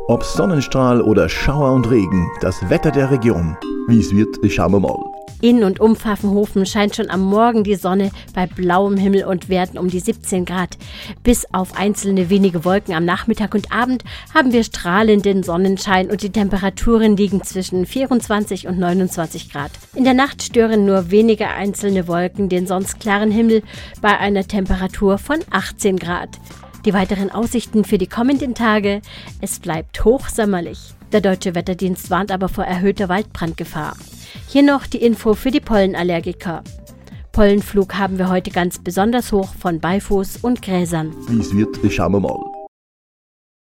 Ob Sonnenstrahl oder Schauer und Regen, das Wetter der Region. Wie es wird, schauen wir mal. In und um Pfaffenhofen scheint schon am Morgen die Sonne bei blauem Himmel und Werten um die 17 Grad. Bis auf einzelne wenige Wolken am Nachmittag und Abend haben wir strahlenden Sonnenschein und die Temperaturen liegen zwischen 24 und 29 Grad. In der Nacht stören nur wenige einzelne Wolken den sonst klaren Himmel bei einer Temperatur von 18 Grad. Die weiteren Aussichten für die kommenden Tage: Es bleibt hochsommerlich. Der Deutsche Wetterdienst warnt aber vor erhöhter Waldbrandgefahr. Hier noch die Info für die Pollenallergiker. Pollenflug haben wir heute ganz besonders hoch von Beifuß und Gräsern. Wie es wird, schauen wir mal.